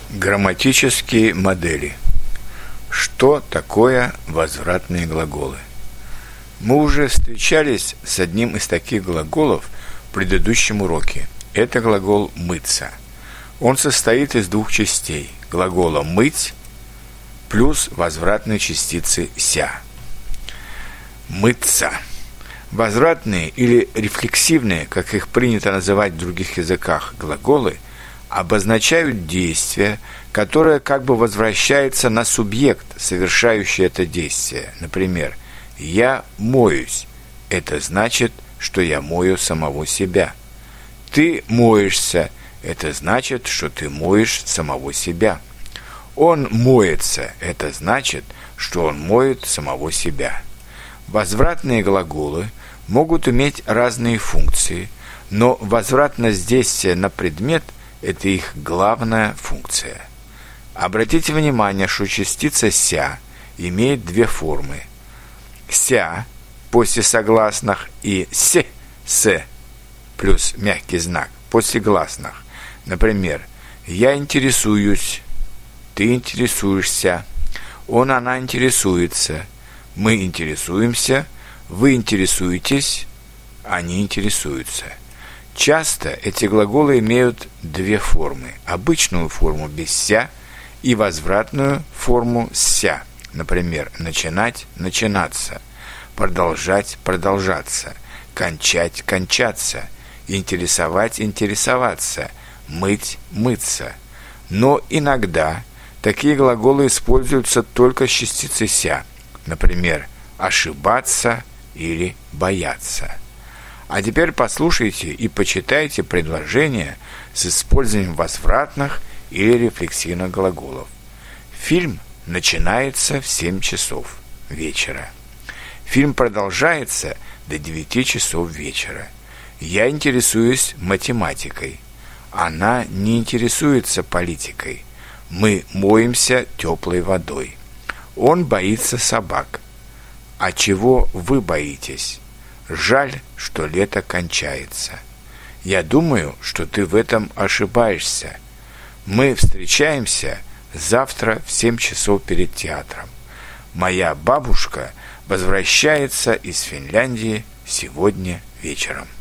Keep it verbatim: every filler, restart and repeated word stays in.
Грамматические модели. Что такое возвратные глаголы? Мы уже встречались с одним из таких глаголов в предыдущем уроке. Это глагол «мыться». Он состоит из двух частей – глагола «мыть» плюс возвратной частицы «ся». Мыться. Возвратные или рефлексивные, как их принято называть в других языках, глаголы обозначают действие, которое как бы возвращается на субъект, совершающий это действие. Например, «я моюсь» – это значит, что я мою самого себя. «Ты моешься» – это значит, что ты моешь самого себя. «Он моется» – это значит, что он моет самого себя. Возвратные глаголы могут иметь разные функции, но возвратность действия на предмет – это их главная функция. Обратите внимание, что частица «ся» имеет две формы. «Ся» после согласных и «с», «с» плюс мягкий знак после гласных. Например, «я интересуюсь», «ты интересуешься», «он, она интересуется», «мы интересуемся», «вы интересуетесь», «они интересуются». Часто эти глаголы имеют две формы. Обычную форму без «ся» и возвратную форму с «ся». Например, начинать – начинаться, продолжать – продолжаться, кончать – кончаться, интересовать – интересоваться, мыть – мыться. Но иногда такие глаголы используются только с частицей «ся». Например, ошибаться или бояться. А теперь послушайте и почитайте предложения с использованием возвратных или рефлексивных глаголов. Фильм начинается в семь часов вечера. Фильм продолжается до девяти часов вечера. Я интересуюсь математикой. Она не интересуется политикой. Мы моемся теплой водой. Он боится собак. А чего вы боитесь? Жаль, что лето кончается. Я думаю, что ты в этом ошибаешься. Мы встречаемся завтра в семь часов перед театром. Моя бабушка возвращается из Финляндии сегодня вечером.